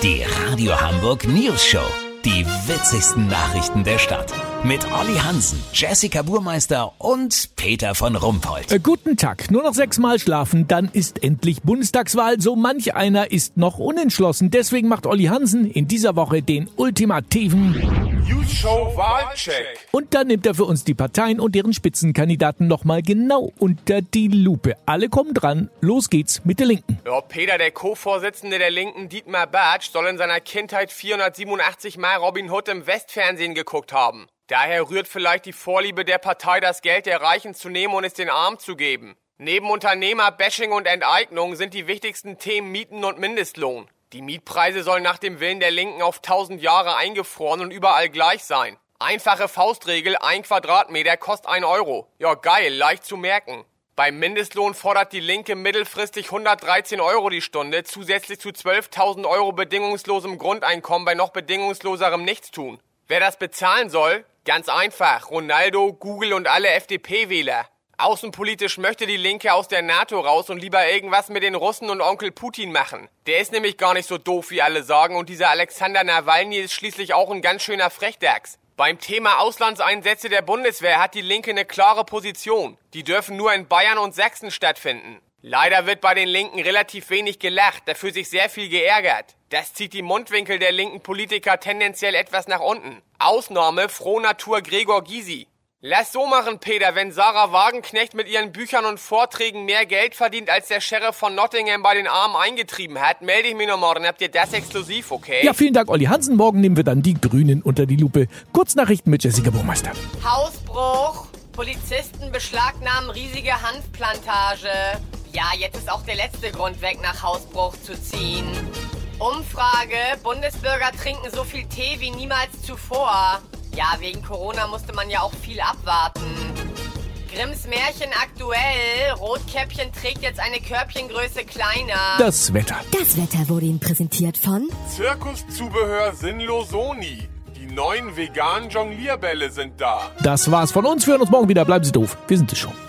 Die Radio Hamburg News Show. Die witzigsten Nachrichten der Stadt. Mit Olli Hansen, Jessica Burmeister und Peter von Rumpold. Guten Tag. Nur noch 6 Mal schlafen, dann ist endlich Bundestagswahl. So manch einer ist noch unentschlossen. Deswegen macht Olli Hansen in dieser Woche den ultimativen News-Show Wahlcheck. Und dann nimmt er für uns die Parteien und deren Spitzenkandidaten nochmal genau unter die Lupe. Alle kommen dran. Los geht's mit der Linken. Ja, Peter, der Co-Vorsitzende der Linken, Dietmar Bartsch, soll in seiner Kindheit 487 Mal Robin Hood im Westfernsehen geguckt haben. Daher rührt vielleicht die Vorliebe der Partei, das Geld der Reichen zu nehmen und es den Armen zu geben. Neben Unternehmer-Bashing und Enteignung sind die wichtigsten Themen Mieten und Mindestlohn. Die Mietpreise sollen nach dem Willen der Linken auf 1000 Jahre eingefroren und überall gleich sein. Einfache Faustregel, 1 Quadratmeter kostet 1 Euro. Ja geil, leicht zu merken. Beim Mindestlohn fordert die Linke mittelfristig 113 Euro die Stunde, zusätzlich zu 12.000 Euro bedingungslosem Grundeinkommen bei noch bedingungsloserem Nichtstun. Wer das bezahlen soll? Ganz einfach, Ronaldo, Google und alle FDP-Wähler. Außenpolitisch möchte die Linke aus der NATO raus und lieber irgendwas mit den Russen und Onkel Putin machen. Der ist nämlich gar nicht so doof, wie alle sagen, und dieser Alexander Nawalny ist schließlich auch ein ganz schöner Frechdachs. Beim Thema Auslandseinsätze der Bundeswehr hat die Linke eine klare Position. Die dürfen nur in Bayern und Sachsen stattfinden. Leider wird bei den Linken relativ wenig gelacht, dafür sich sehr viel geärgert. Das zieht die Mundwinkel der linken Politiker tendenziell etwas nach unten. Ausnahme Frohnatur Gregor Gysi. Lass so machen, Peter, wenn Sarah Wagenknecht mit ihren Büchern und Vorträgen mehr Geld verdient, als der Sheriff von Nottingham bei den Armen eingetrieben hat, melde ich mich noch morgen, habt ihr das exklusiv, okay? Ja, vielen Dank, Olli Hansen. Morgen nehmen wir dann die Grünen unter die Lupe. Kurznachrichten mit Jessica Burmeister. Hausbruch. Polizisten beschlagnahmen riesige Hanfplantage. Ja, jetzt ist auch der letzte Grund weg, nach Hausbruch zu ziehen. Umfrage. Bundesbürger trinken so viel Tee wie niemals zuvor. Ja, wegen Corona musste man ja auch viel abwarten. Grimms Märchen aktuell. Rotkäppchen trägt jetzt eine Körbchengröße kleiner. Das Wetter. Das Wetter wurde Ihnen präsentiert von Zirkuszubehör Sinnlosoni. Die neuen veganen Jonglierbälle sind da. Das war's von uns. Wir hören uns morgen wieder. Bleiben Sie doof. Wir sind es schon.